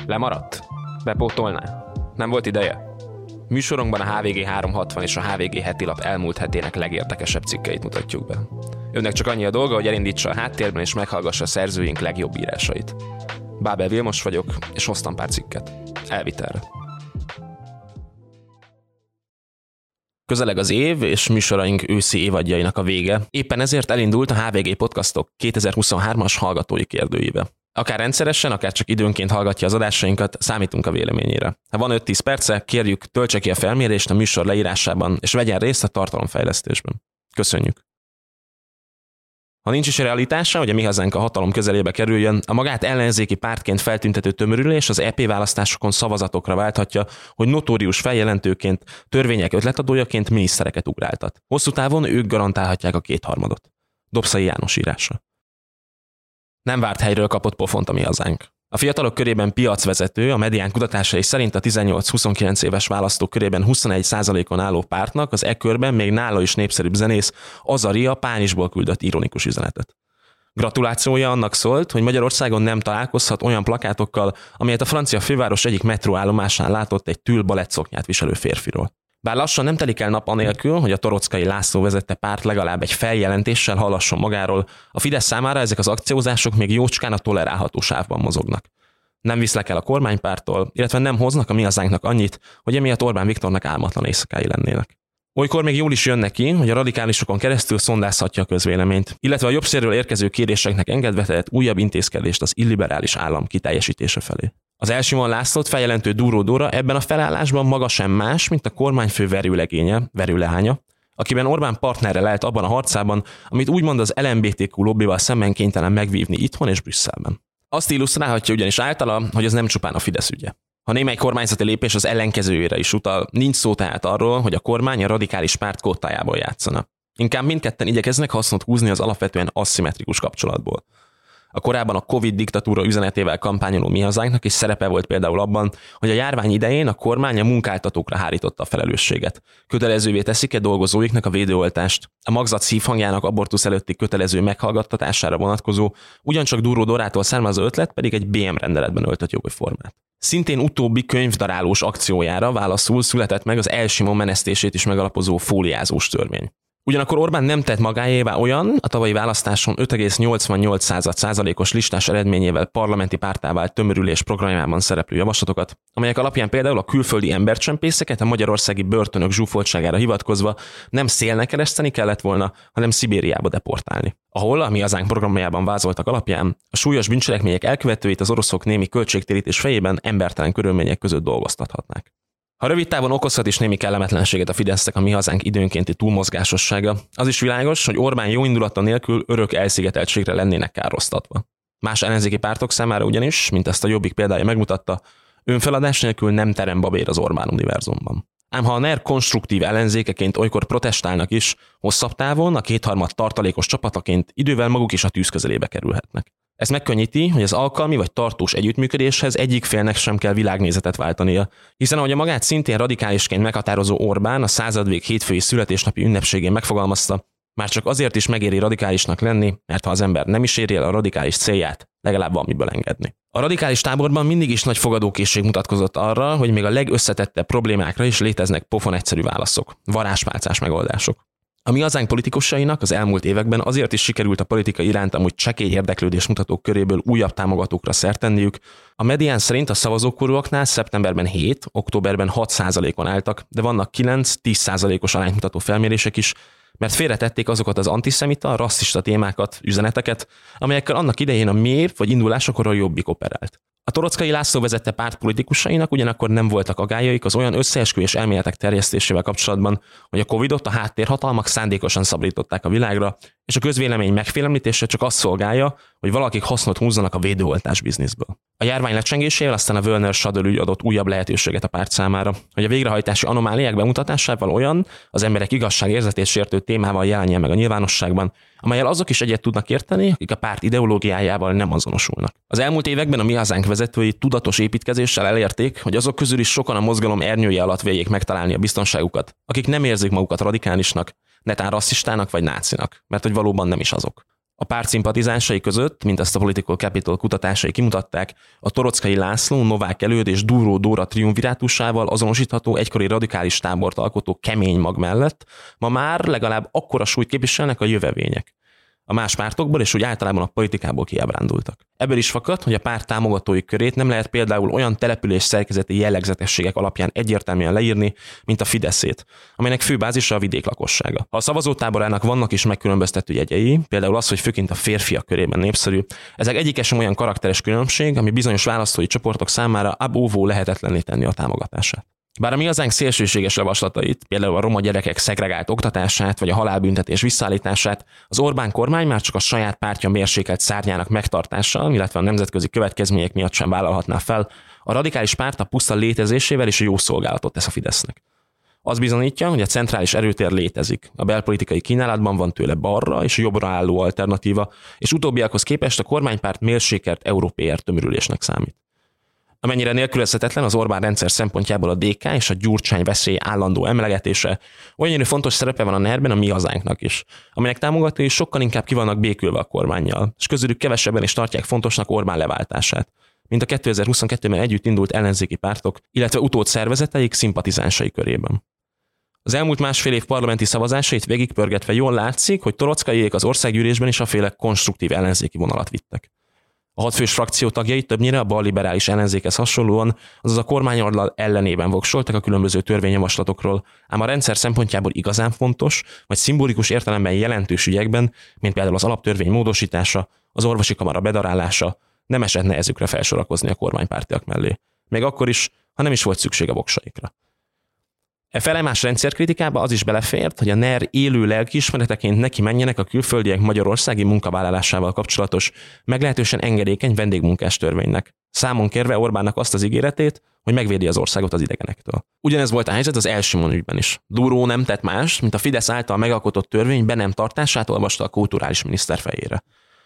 Lemaradt? Bepótolná? Nem volt ideje? Műsorunkban a HVG 360 és a HVG heti lap elmúlt hetének legérdekesebb cikkeit mutatjuk be. Önnek csak annyi a dolga, hogy elindítsa a háttérben és meghallgassa a szerzőink legjobb írásait. Bábel Vilmos vagyok, és hoztam pár cikket. Elvitelre. Közeleg az év, és műsoraink őszi évadjainak a vége. Éppen ezért elindult a HVG Podcastok 2023-as hallgatói kérdőíve. Akár rendszeresen, akár csak időnként hallgatja az adásainkat, számítunk a véleményére. Ha van 5-10 perce, kérjük, töltse ki a felmérést a műsor leírásában, és vegyen részt a tartalomfejlesztésben. Köszönjük! Ha nincs is realitása, hogy a Mi Hazánk a hatalom közelébe kerüljön, a magát ellenzéki pártként feltüntető tömörülés az EP választásokon szavazatokra válthatja, hogy notórius feljelentőként, törvények ötletadójaként minisztereket ugráltat. Hosszú távon ők garantálhatják a kétharmadot. Dobszai János írása. Nem várt helyről kapott pofont a Mi Hazánk. A fiatalok körében piacvezető, a Medián kutatásai szerint a 18-29 éves választók körében 21%-on álló pártnak az e-körben még nála is népszerűbb zenész Azaria Párizsból küldött ironikus üzenetet. Gratulációja annak szólt, hogy Magyarországon nem találkozhat olyan plakátokkal, amelyet a francia főváros egyik metróállomásán látott egy tül balettszoknyát viselő férfiról. Bár lassan nem telik el nap anélkül, hogy a Toroczkai László vezette párt legalább egy feljelentéssel hallasson magáról, a Fidesz számára ezek az akciózások még jócskán a tolerálható sávban mozognak. Nem viszlek el a kormánypártól, illetve nem hoznak a Mi Hazánknak annyit, hogy emiatt Orbán Viktornak álmatlan éjszakái lennének. Olykor még jól is jön neki, hogy a radikálisokon keresztül szondázhatja a közvéleményt, illetve a jobb szélről érkező kéréseknek engedve tehet újabb intézkedést az illiberális állam kiteljesítése felé. Az Elsimon Lászlót feljelentő Dúró Dóra ebben a felállásban maga sem más, mint a kormányfő verőleánya, akiben Orbán partnerre lelt abban a harcában, amit úgymond az LMBTQ lobbival szemben kénytelen megvívni itthon és Brüsszelben. Azt illusztrálhatja ugyanis általa, hogy ez nem csupán a Fidesz ügye. Ha némely kormányzati lépés az ellenkezőjére is utal, nincs szó tehát arról, hogy a kormány a radikális párt kótájából játszana. Inkább mindketten igyekeznek hasznot húzni az alapvetően aszimmetrikus kapcsolatból. A korábban a Covid diktatúra üzenetével kampányoló Mi Hazánknak is szerepe volt például abban, hogy a járvány idején a kormány a munkáltatókra hárította a felelősséget. Kötelezővé teszik-e dolgozóiknak a védőoltást, a magzat szívhangjának abortusz előtti kötelező meghallgattatására vonatkozó, ugyancsak Dúró Dórától származó ötlet pedig egy BM rendeletben öltött jogi formát. Szintén utóbbi könyvdarálós akciójára válaszul született meg az Elsimon menesztését is megalapozó fóliázós törvény. Ugyanakkor Orbán nem tett magáévá olyan, a tavalyi választáson 5,88%-os listás eredményével parlamenti párttá vált tömörülés programjában szereplő javaslatokat, amelyek alapján például a külföldi embercsempészeket a magyarországi börtönök zsúfoltságára hivatkozva nem szélnek kereszteni kellett volna, hanem Szibériába deportálni. Ahol a Mi Hazánk programjában vázoltak alapján a súlyos bűncselekmények elkövetőit az oroszok némi költségtérítés fejében embertelen körülmények között dolgoztathatnák. Ha rövid távon okozhat is némi kellemetlenséget a Fidesznek a Mi Hazánk időnkénti túlmozgásossága, az is világos, hogy Orbán jó indulata nélkül örök elszigeteltségre lennének károztatva. Más ellenzéki pártok számára ugyanis, mint ezt a Jobbik példája megmutatta, önfeladás nélkül nem terem babér az Orbán univerzumban. Ám ha a NER konstruktív ellenzékeként olykor protestálnak is, hosszabb távon a kétharmad tartalékos csapataként idővel maguk is a tűz közelébe kerülhetnek. Ez megkönnyíti, hogy az alkalmi vagy tartós együttműködéshez egyik félnek sem kell világnézetet váltania, hiszen ahogy a magát szintén radikálisként meghatározó Orbán a századvég hétfői születésnapi ünnepségén megfogalmazta, már csak azért is megéri radikálisnak lenni, mert ha az ember nem is éri el a radikális célját, legalább valamiből engedni. A radikális táborban mindig is nagy fogadókészség mutatkozott arra, hogy még a legösszetettebb problémákra is léteznek pofon egyszerű válaszok, varázspálcás megoldások. A Mi Hazánk politikusainak az elmúlt években azért is sikerült a politika iránt amúgy csekély érdeklődés mutatók köréből újabb támogatókra szert tenniük. A Medián szerint a szavazókorúaknál szeptemberben 7, októberben 6%-on álltak, de vannak 9-10%-os arányt mutató felmérések is, mert félretették azokat az antiszemita, rasszista témákat, üzeneteket, amelyekkel annak idején a MÉV vagy indulásakor a Jobbik operált. A Toroczkai László vezette párt politikusainak ugyanakkor nem voltak agályaik az olyan összeesküvés elméletek terjesztésével kapcsolatban, hogy a Covidot a háttérhatalmak szándékosan szabadították a világra, és a közvélemény megfélemlítése csak azt szolgálja, hogy valakik hasznot húzzanak a védőoltás bizniszből. A járvány lecsengésével aztán a Wölner-Schadl ügy adott újabb lehetőséget a párt számára, hogy a végrehajtási anomáliák bemutatásával olyan, az emberek igazságérzetét sértő témával jelenjen meg a nyilvánosságban, amellyel azok is egyet tudnak érteni, akik a párt ideológiájával nem azonosulnak. Az elmúlt években a Mi Hazánk vezetői tudatos építkezéssel elérték, hogy azok közül is sokan a mozgalom ernyője alatt véljék megtalálni a biztonságukat, akik nem érzik magukat radikálisnak, netán rasszistának vagy nácinak, mert hogy valóban nem is azok. A párt szimpatizánsai között, mint azt a Political Capital kutatásai kimutatták, a Torockai László, Novák Előd és Dúró Dóra triumvirátusával azonosítható egykori radikális tábort alkotó kemény mag mellett ma már legalább akkora súlyt képviselnek a jövevények. A más pártokból és úgy általában a politikából kiábrándultak. Ebből is fakad, hogy a párt támogatói körét nem lehet például olyan település szerkezeti jellegzetességek alapján egyértelműen leírni, mint a Fideszét, amelynek fő bázisa a vidék lakossága. Ha a szavazótáborának vannak is megkülönböztető jegyei, például az, hogy főként a férfiak körében népszerű, ezek egyike sem olyan karakteres különbség, ami bizonyos választói csoportok számára ab óvó lehetetlenné tenni a támogatását. Bár a Mi Hazánk szélsőséges javaslatait, például a roma gyerekek szegregált oktatását vagy a halálbüntetés visszaállítását, az Orbán kormány már csak a saját pártja mérsékelt szárnyának megtartása, illetve a nemzetközi következmények miatt sem vállalhatná fel, a radikális párt a puszta létezésével és a jó szolgálatot tesz a Fidesznek. Az bizonyítja, hogy a centrális erőtér létezik, a belpolitikai kínálatban van tőle balra és jobbra álló alternatíva, és utóbbiakhoz képest a kormánypárt mérsékelt európai tömörülésnek számít. Amennyire nélkülözhetetlen az Orbán rendszer szempontjából a DK és a Gyurcsány veszély állandó emlegetése, olyannyira fontos szerepe van a NER-ben a Mi Hazánknak is, amelynek támogatói sokkal inkább ki vannak békülve a kormánnyal, és közülük kevesebben is tartják fontosnak Orbán leváltását, mint a 2022-ben együtt indult ellenzéki pártok, illetve utódszervezeteik szimpatizánsai körében. Az elmúlt másfél év parlamenti szavazásait végigpörgetve jól látszik, hogy Torockaiék az országgyűlésben is aféle konstruktív ellenzéki vonalat vittek. A 6 fős frakció tagjai többnyire a balliberális ellenzékhez hasonlóan, azaz a kormányoldal ellenében voksoltak a különböző törvényjavaslatokról, ám a rendszer szempontjából igazán fontos, vagy szimbolikus értelemben jelentős ügyekben, mint például az alaptörvény módosítása, az orvosi kamara bedarálása, nem esett nehezükre felsorakozni a kormánypártiak mellé. Még akkor is, ha nem is volt szükség a voksaikra. E felemás rendszerkritikába az is belefért, hogy a NER élő lelkiismereteként neki menjenek a külföldiek magyarországi munkavállalásával kapcsolatos, meglehetősen engedékeny vendégmunkás törvénynek. Számon kérve Orbánnak azt az ígéretét, hogy megvédi az országot az idegenektől. Ugyanez volt a helyzet az első ügyben is. Dúró nem tett más, mint a Fidesz által megalkotott törvény be nem tartását olvasta a kulturális miniszter fejére.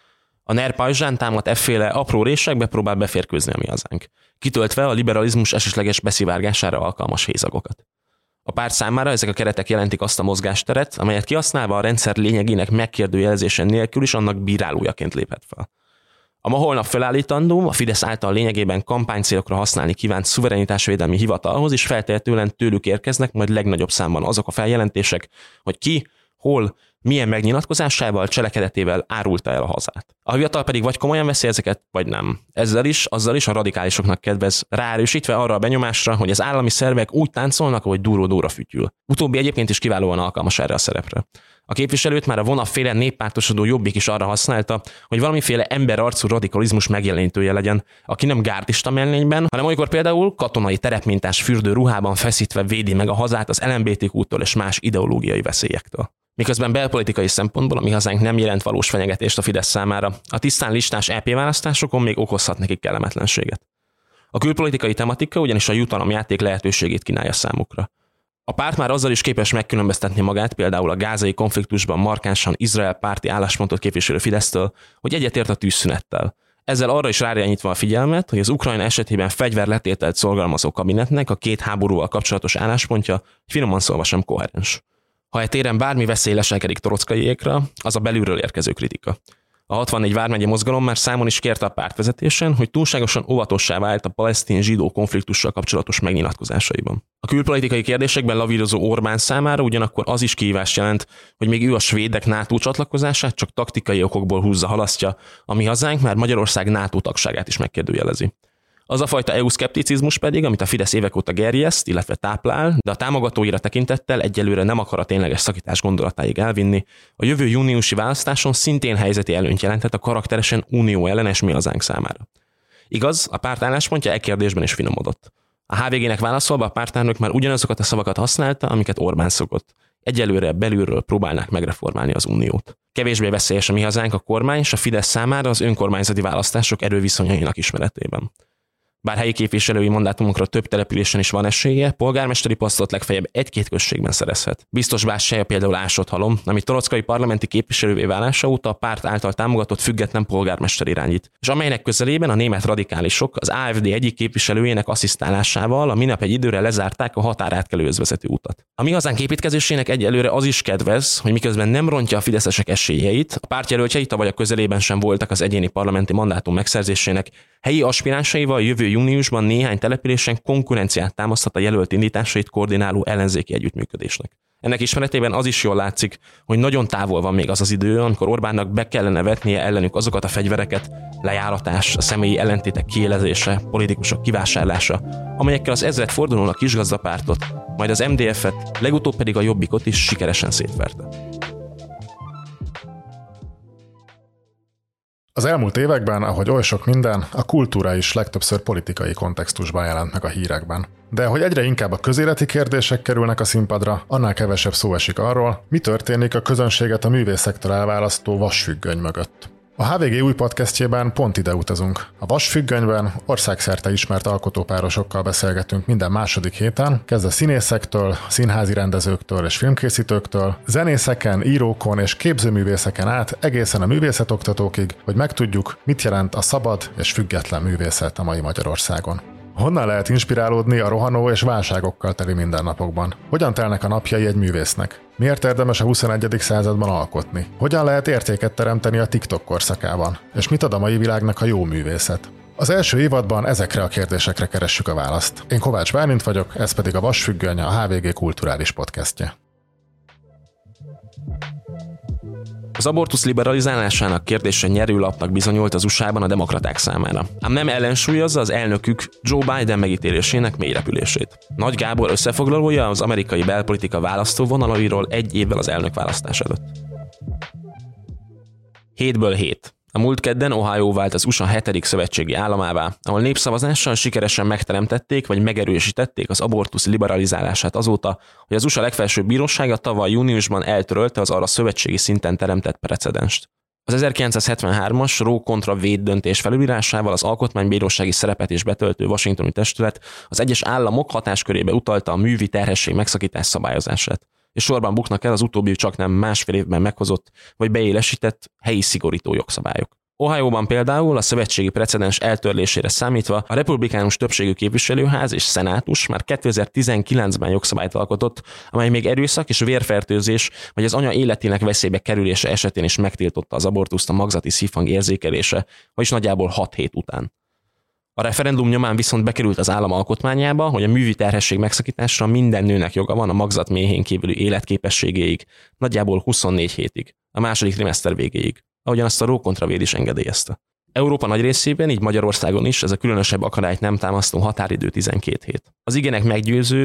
A NER pajzsán támadt efféle apró résekbe próbál beférkőzni a Mi Hazánk, kitöltve a liberalizmus esetleges beszivárgására alkalmas hézagokat. A párt számára ezek a keretek jelentik azt a mozgásteret, amelyet kihasználva a rendszer lényegének megkérdőjelezése nélkül is annak bírálójaként léphet fel. A ma holnap felállítandó, a Fidesz által lényegében kampánycélokra használni kívánt szuverenitásvédelmi hivatalhoz is feltehetően tőlük érkeznek majd legnagyobb számban azok a feljelentések, hogy ki, hol, milyen megnyilatkozásával, cselekedetével árulta el a hazát. A hivatal pedig vagy komolyan veszi ezeket, vagy nem. Ezzel is, azzal is a radikálisoknak kedvez, ráerősítve arra a benyomásra, hogy az állami szervek úgy táncolnak, ahogy Dúró Dóra fütyül. Utóbbi egyébként is kiválóan alkalmas erre a szerepre. A képviselőt már a vonaféle néppártosodó Jobbik is arra használta, hogy valamiféle emberarcú radikalizmus megjelenítője legyen, aki nem gárdista mellényben, hanem olykor például katonai terepmintás fürdő ruhában feszítve védi meg a hazát az LMBTQ-tól és más ideológiai veszélyektől. Miközben belpolitikai szempontból a Mi Hazánk nem jelent valós fenyegetést a Fidesz számára, a tisztán listás EP választásokon még okozhat nekik kellemetlenséget. A külpolitikai tematika ugyanis a jutalomjáték lehetőségét kínálja számukra. A párt már azzal is képes megkülönböztetni magát például a gázai konfliktusban markánsan Izrael párti álláspontot képviselő Fidesztől, hogy egyetért a tűzszünettel. Ezzel arra is ráirányítva a figyelmet, hogy az Ukrajna esetében fegyverletételt szorgalmazó kabinetnek a két háborúval kapcsolatos álláspontja finoman szólva sem koherens. Ha e téren bármi veszély leselkedik Torockaiékra, az a belülről érkező kritika. A 64 vármegye mozgalom már számon is kérte a pártvezetésen, hogy túlságosan óvatossá vált a palesztin-zsidó konfliktussal kapcsolatos megnyilatkozásaiban. A külpolitikai kérdésekben lavírozó Orbán számára ugyanakkor az is kihívást jelent, hogy még ő a svédek NATO csatlakozását csak taktikai okokból húzza halasztja, a Mi Hazánk már Magyarország NATO tagságát is megkérdőjelezi. Az a fajta EU-szkepticizmus pedig, amit a Fidesz évek óta gerjeszt, illetve táplál, de a támogatóira tekintettel egyelőre nem akar a tényleges szakítás gondolatáig elvinni, a jövő júniusi választáson szintén helyzeti előnyt jelenthet a karakteresen unió ellenes Mi Hazánk számára. Igaz, a párt álláspontja e kérdésben is finomodott. A HVG-nek válaszolva a pártelnök már ugyanazokat a szavakat használta, amiket Orbán szokott. Egyelőre belülről próbálnák megreformálni az uniót. Kevésbé veszélyes a Mi Hazánk a kormány és a Fidesz számára az önkormányzati választások erőviszonyainak ismeretében. Bár helyi képviselői mandátumokra több településen is van esélye, polgármesteri posztot legfeljebb 1-2 községben szerezhet. Biztos Bássája például Ásott-Halom, amit Torockai parlamenti képviselővé válása óta a párt által támogatott független polgármester irányít, és amelynek közelében a német radikálisok az AfD egyik képviselőjének asszisztálásával a minap egy időre lezárták a határátkelőhöz vezető utat. A Mi Hazánk építkezésének egyelőre az is kedvez, hogy miközben nem rontja a fideszesek esélyeit, a pártjelöltjei tavaly a közelében sem voltak az egyéni parlamenti mandátum megszerzésének, helyi aspiránsaival jövő júniusban néhány településen konkurenciát támaszthat a jelölt indításait koordináló ellenzéki együttműködésnek. Ennek ismeretében az is jól látszik, hogy nagyon távol van még az az idő, amikor Orbánnak be kellene vetnie ellenük azokat a fegyvereket, lejáratás, a személyi ellentétek kiélezése, politikusok kivásárlása, amelyekkel az ezredfordulón a kisgazdapártot, majd az MDF-et, legutóbb pedig a Jobbikot is sikeresen szétverte. Az elmúlt években, ahogy oly sok minden, a kultúra is legtöbbször politikai kontextusban jelent meg a hírekben. De hogy egyre inkább a közéleti kérdések kerülnek a színpadra, annál kevesebb szó esik arról, mi történik a közönséget a művészektől elválasztó vasfüggöny mögött. A HVG új podcastjében pont ide utazunk. A vasfüggönyben országszerte ismert alkotópárosokkal beszélgetünk minden második héten, kezdve színészektől, színházi rendezőktől és filmkészítőktől, zenészeken, írókon és képzőművészeken át egészen a művészetoktatókig, hogy megtudjuk, mit jelent a szabad és független művészet a mai Magyarországon. Honnan lehet inspirálódni a rohanó és válságokkal teli mindennapokban? Hogyan telnek a napjai egy művésznek? Miért érdemes a 21. században alkotni? Hogyan lehet értéket teremteni a TikTok korszakában? És mit ad a mai világnak a jó művészet? Az első évadban ezekre a kérdésekre keressük a választ. Én Kovács Bálint vagyok, ez pedig a Vasfüggöny, a HVG kulturális podcastje. Az abortusz liberalizálásának kérdése nyerőlapnak bizonyult az USA-ban a demokraták számára. Ám nem ellensúlyozza az elnökük Joe Biden megítélésének mélyrepülését. Nagy Gábor összefoglalója az amerikai belpolitika választóvonalairól egy évvel az elnökválasztás előtt. 7-ből 7. A múlt kedden Ohio vált az USA 7. szövetségi államává, ahol népszavazással sikeresen megteremtették vagy megerősítették az abortusz liberalizálását azóta, hogy az USA legfelsőbb bírósága tavaly júniusban eltörölte az arra szövetségi szinten teremtett precedenst. Az 1973-as Roe kontra Wade döntés felülírásával az alkotmánybírósági szerepet is betöltő washingtoni testület az egyes államok hatáskörébe utalta a művi terhesség megszakítás szabályozását, és sorban buknak el az utóbbi csaknem másfél évben meghozott vagy beélesített helyi szigorító jogszabályok. Ohioban például a szövetségi precedens eltörlésére számítva a republikánus többségű képviselőház és szenátus már 2019-ben jogszabályt alkotott, amely még erőszak és vérfertőzés vagy az anya életének veszélybe kerülése esetén is megtiltotta az abortuszt a magzati szívhang érzékelése, vagyis nagyjából 6 hét után. A referendum nyomán viszont bekerült az állam alkotmányába, hogy a művi terhesség megszakításra minden nőnek joga van a magzat méhén kívüli életképességéig, nagyjából 24 hétig, a második trimeszter végéig, ahogyan azt a Roe kontra Wade is engedélyezte. Európa nagy részében, így Magyarországon is ez a különösebb akadályt nem támasztó határidő 12 hét. Az igének meggyőző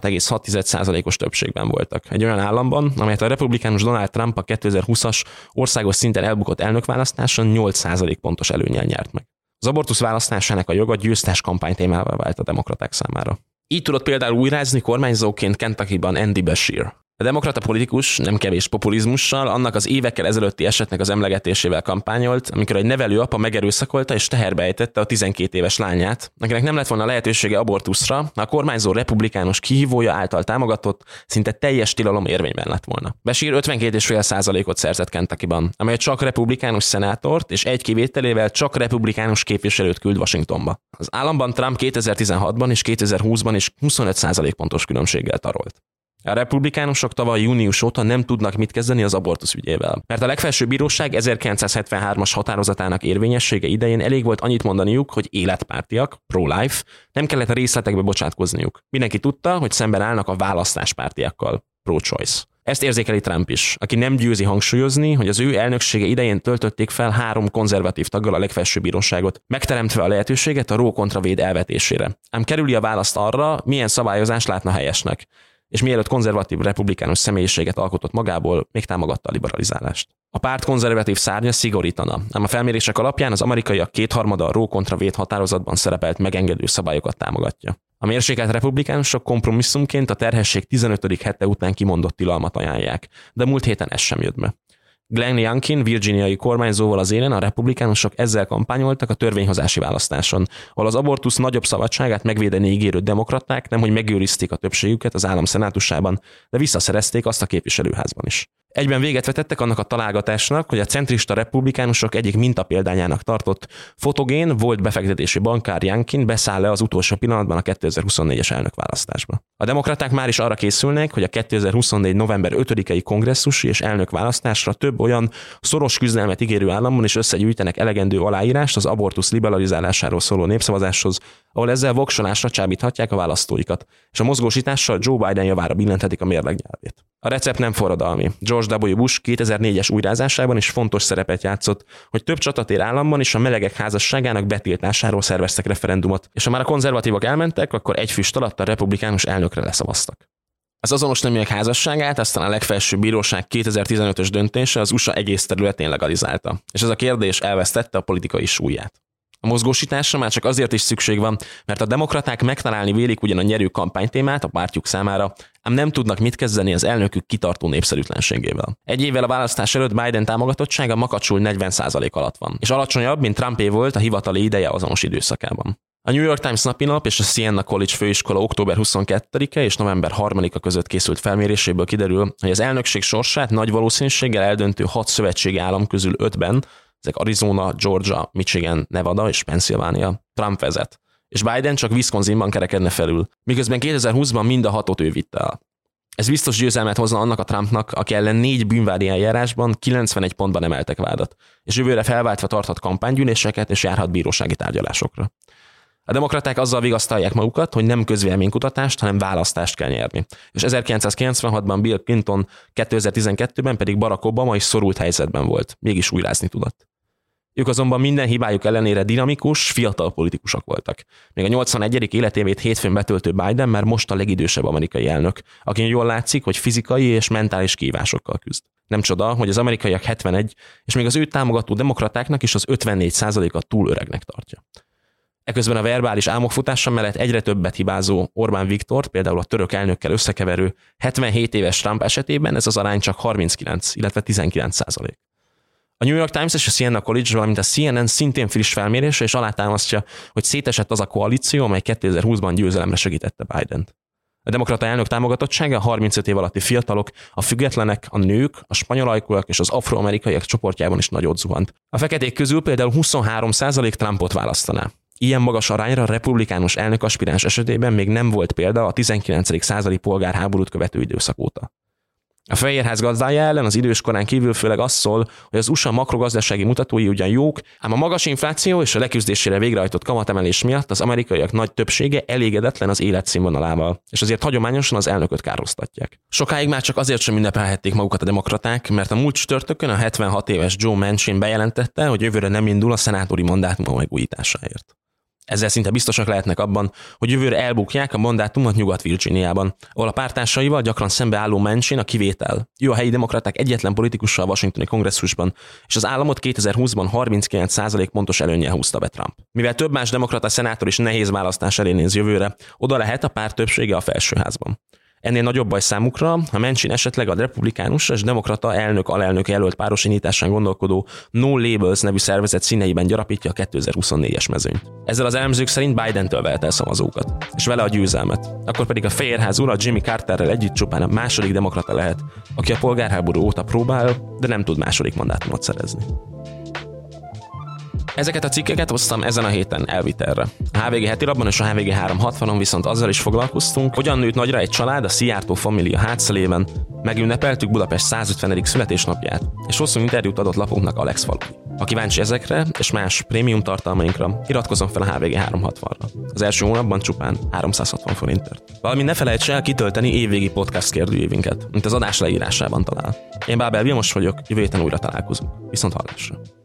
56,6%-os többségben voltak. Egy olyan államban, amelyet a republikánus Donald Trump a 2020-as országos szinten elbukott elnökválasztáson 8% pontos előnnyel nyert meg. Az abortusz választásának a joga győztes kampánytémává vált a demokraták számára. Így tudott például újrázni kormányzóként Kentuckyban Andy Beshear. A demokrata politikus nem kevés populizmussal annak az évekkel ezelőtti esetnek az emlegetésével kampányolt, amikor egy nevelőapa megerőszakolta és teherbe ejtette a 12 éves lányát, akinek nem lett volna lehetősége abortuszra, a kormányzó republikánus kihívója által támogatott, szinte teljes tilalom érvényben lett volna. Beshear 52,5%-ot szerzett Kentuckyban, amely csak republikánus szenátort és egy kivételével csak republikánus képviselőt küld Washingtonba. Az államban Trump 2016-ban és 2020-ban is 25% pontos különbséggel tarolt. A republikánusok tavaly június óta nem tudnak mit kezdeni az abortusz ügyével, mert a legfelsőbb bíróság 1973-as határozatának érvényessége idején elég volt annyit mondaniuk, hogy életpártiak, pro-life, nem kellett a részletekbe bocsátkozniuk. Mindenki tudta, hogy szemben állnak a választáspártiakkal, pro-choice. Ezt érzékeli Trump is, aki nem győzi hangsúlyozni, hogy az ő elnöksége idején töltötték fel 3 konzervatív taggal a legfelsőbb bíróságot, megteremtve a lehetőséget a Roe kontra Wade elvetésére. Ám kerüli a választ arra, milyen szabályozást látna helyesnek, és mielőtt konzervatív republikánus személyiséget alkotott magából, még támogatta a liberalizálást. A párt konzervatív szárnya szigorítana, ám a felmérések alapján az amerikaiak 2/3 a Roe kontra Wade határozatban szerepelt megengedő szabályokat támogatja. A mérsékelt republikánusok kompromisszumként a terhesség 15. hete után kimondott tilalmat ajánlják, de múlt héten ez sem jött be. Glenn Youngkin, virginiai kormányzóval az élen a republikánusok ezzel kampányoltak a törvényhozási választáson, ahol az abortusz nagyobb szabadságát megvédeni ígérő demokraták nemhogy megőrizték a többségüket az állam szenátusában, de visszaszerezték azt a képviselőházban is. Egyben véget vetettek annak a találgatásnak, hogy a centrista republikánusok egyik mintapéldányának tartott fotogén volt befektetési bankár Youngkin beszáll le az utolsó pillanatban a 2024-es elnökválasztásba. A demokraták már is arra készülnek, hogy a 2024. november 5-i kongresszusi és elnökválasztásra több olyan szoros küzdelmet ígérő államban is összegyűjtenek elegendő aláírást az abortusz liberalizálásáról szóló népszavazáshoz, ahol ezzel voksolásra csábíthatják a választóikat, és a mozgósítással Joe Biden javára billenthetik a mérleg nyelvét. A recept nem forradalmi. George W. Bush 2004-es újrázásában is fontos szerepet játszott, hogy több csatatér államban is a melegek házasságának betiltásáról szerveztek referendumot, és ha már a konzervatívok elmentek, akkor egy füst alatt a republikánus elnökre leszavaztak. Az azonos neműek házasságát aztán a legfelsőbb bíróság 2015-ös döntése az USA egész területén legalizálta, és ez a kérdés elvesztette a politikai súlyát. A mozgósításra már csak azért is szükség van, mert a demokraták megtalálni vélik ugyan a nyerő kampánytémát a pártjuk számára, ám nem tudnak mit kezdeni az elnökük kitartó népszerűtlenségével. Egy évvel a választás előtt Biden támogatottsága makacsul 40% alatt van, és alacsonyabb, mint Trumpé volt a hivatali ideje azonos időszakában. A New York Times napilap és a Siena College főiskola október 22-e és november 3-a között készült felméréséből kiderül, hogy az elnökség sorsát nagy valószínűséggel eldöntő 6 szövetségi állam közül 5-ben, ezek Arizona, Georgia, Michigan, Nevada és Pennsylvania, Trump vezet, és Biden csak Wisconsinban kerekedne felül, miközben 2020-ban mind a 6-ot ő vitte el. Ez biztos győzelmet hozna annak a Trumpnak, aki ellen 4 bűnvádi eljárásban 91 pontban emeltek vádat, és jövőre felváltva tarthat kampánygyűléseket és járhat bírósági tárgyalásokra. A demokraták azzal vigasztalják magukat, hogy nem közvéleménykutatást, hanem választást kell nyerni. És 1996-ban Bill Clinton, 2012-ben pedig Barack Obama is szorult helyzetben volt, mégis újrázni tudott. Ők azonban minden hibájuk ellenére dinamikus, fiatal politikusok voltak. Még a 81. életévét hétfőn betöltő Biden már most a legidősebb amerikai elnök, akin jól látszik, hogy fizikai és mentális kihívásokkal küzd. Nem csoda, hogy az amerikaiak 71, és még az őt támogató demokratáknak is az 54%-a túl öregnek tartja. Eközben a verbális álmokfutása mellett egyre többet hibázó Orbán Viktort, például a török elnökkel összekeverő 77 éves Trump esetében ez az arány csak 39, illetve 19%. A New York Times és a Siena College, valamint a CNN szintén friss felmérése és alátámasztja, hogy szétesett az a koalíció, amely 2020-ban győzelemre segítette Bident. A demokrata elnök támogatottsága a 35 év alatti fiatalok, a függetlenek, a nők, a spanyolajkúak és az afroamerikaiak csoportjában is nagyot zuhant. A feketék közül például 23% Trumpot választaná. Ilyen magas arányra a republikánus elnök aspiráns esetében még nem volt példa a 19. századi polgárháborút követő időszak óta. A Fehérház gazdája ellen az időskorán kívül főleg az szól, hogy az USA makrogazdasági mutatói ugyan jók, ám a magas infláció és a leküzdésére végrehajtott kamatemelés miatt az amerikaiak nagy többsége elégedetlen az életszínvonalával, és azért hagyományosan az elnököt károztatják. Sokáig már csak azért sem ünnepelhették magukat a demokraták, mert a múlt csütörtökön a 76 éves Joe Manchin bejelentette, hogy jövőre nem indul a szenátori mandátuma megújításáért. Ezzel szinte biztosak lehetnek abban, hogy jövőre elbukják a mandátumot Nyugat-Virginiában, ahol a pártársaival gyakran szembeálló Manchin a kivétel. Ő a helyi demokraták egyetlen politikussal a washingtoni kongresszusban, és az államot 2020-ban 39% pontos előnnyel húzta be Trump. Mivel több más demokrata szenátor is nehéz választás elé néz jövőre, oda lehet a párt többsége a felsőházban. Ennél nagyobb baj számukra, ha Manchin esetleg a republikánus és demokrata elnök-alelnök jelölt páros indításán gondolkodó No Labels nevű szervezet színeiben gyarapítja a 2024-es mezőnyt. Ezzel az elemzők szerint Bidentől vehet el szavazókat, és vele a győzelmet. Akkor pedig a Fehérház ura Jimmy Carterrel együtt csupán a második demokrata lehet, aki a polgárháború óta próbál, de nem tud második mandátumot szerezni. Ezeket a cikkeket hoztam ezen a héten Elviterre. A HVG hetilapban és a HVG 360-on viszont azzal is foglalkoztunk, hogyan nőtt nagyra egy család a Szijjártó família hátszelében, megünnepeltük Budapest 150. születésnapját, és hosszú interjút adott lapunknak Alex Falui. Ha kíváncsi ezekre és más prémium tartalmainkra, iratkozzon fel a HVG 360-ra. Az első hónapban csupán 360 forintért. Valamint ne felejts el kitölteni évvégi podcast kérdőívünket, mint az adás leírásában talál. Én Bábel Vilmos vagyok, jövő héten újra találkozunk. Viszont hallásra!